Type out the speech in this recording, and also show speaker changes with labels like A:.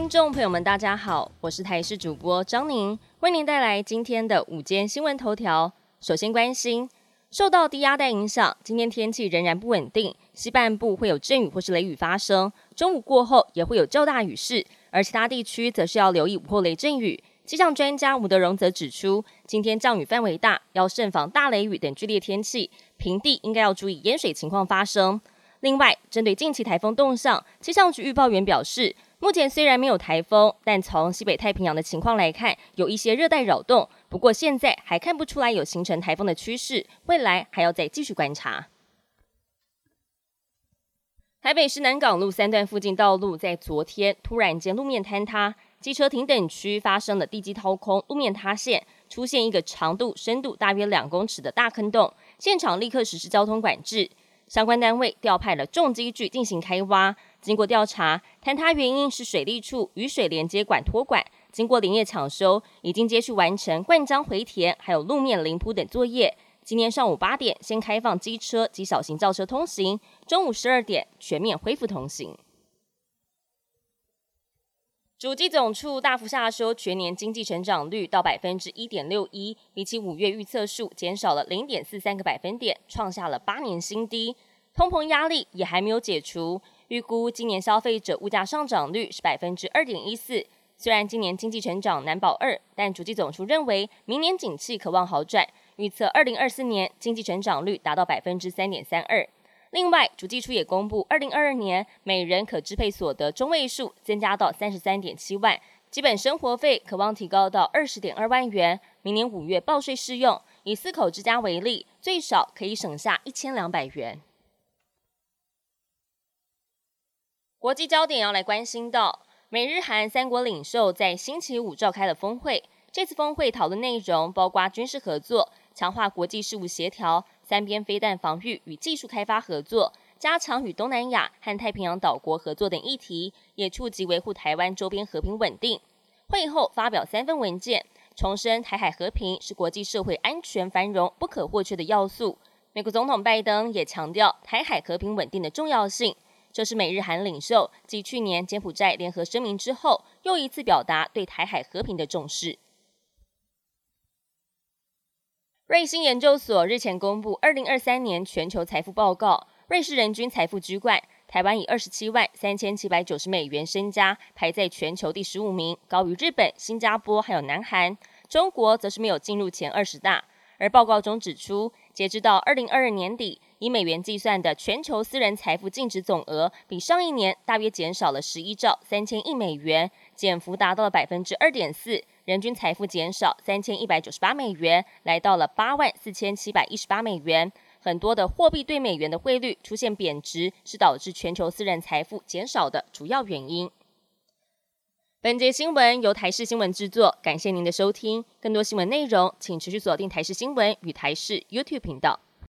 A: 听众朋友们，大家好，我是台视主播张宁，为您带来今天的午间新闻头条。首先关心，受到低压带影响，今天天气仍然不稳定，西半部会有阵雨或是雷雨发生，中午过后也会有较大雨势，而其他地区则是要留意午后雷阵雨。气象专家吴德荣则指出，今天降雨范围大，要慎防大雷雨等剧烈天气，平地应该要注意淹水情况发生。另外，针对近期台风动向，气象局预报员表示，目前虽然没有台风，但从西北太平洋的情况来看，有一些热带扰动。不过现在还看不出来有形成台风的趋势，未来还要再继续观察。台北市南港路3段附近道路在昨天突然间路面坍塌，机车停等区发生了地基掏空、路面塌陷，出现一个长度、深度大约2公尺的大坑洞，现场立刻实施交通管制。相关单位调派了重机具进行开挖，经过调查，坍塌原因是水利处雨水连接管脱管，经过连夜抢修，已经接续完成灌浆回填，还有路面淋铺等作业。今天上午8点先开放机车及小型轿车通行，中午12点全面恢复通行。主计总处大幅下修全年经济成长率到 1.61%， 比起5月预测数减少了 0.43个百分点，创下了8年新低。通膨压力也还没有解除，预估今年消费者物价上涨率是 2.14%。虽然今年经济成长难保2，但主计总处认为明年景气可望好转，预测2024年经济成长率达到 3.32%。另外，主计处也公布2022年每人可支配所得中位数增加到 33.7 万，基本生活费可望提高到 20.2 万元，明年5月报税适用。以4口之家为例，最少可以省下1200元。国际焦点要来关心到，美日韩3国领袖在星期五召开了峰会，这次峰会讨论内容包括军事合作、强化国际事务协调、3边飞弹防御与技术开发合作、加强与东南亚和太平洋岛国合作等议题，也触及维护台湾周边和平稳定。会后发表3份文件，重申台海和平是国际社会安全繁荣不可或缺的要素。美国总统拜登也强调台海和平稳定的重要性。这是美日韩领袖继去年柬埔寨联合声明之后，又一次表达对台海和平的重视。瑞星研究所日前公布2023年全球财富报告，瑞士人均财富居冠，台湾以27万3790美元身家排在全球第15名，高于日本、新加坡还有南韩。中国则是没有进入前20大。而报告中指出，截至到2022年底，以美元计算的全球私人财富净值总额比上一年大约减少了11兆3000亿美元，减幅达到了 2.4%， 人均财富减少3198美元，来到了8万4718美元。很多的货币对美元的汇率出现贬值，是导致全球私人财富减少的主要原因。本节新闻由台视新闻制作，感谢您的收听。更多新闻内容，请持续锁定台视新闻与台视 YouTube 频道。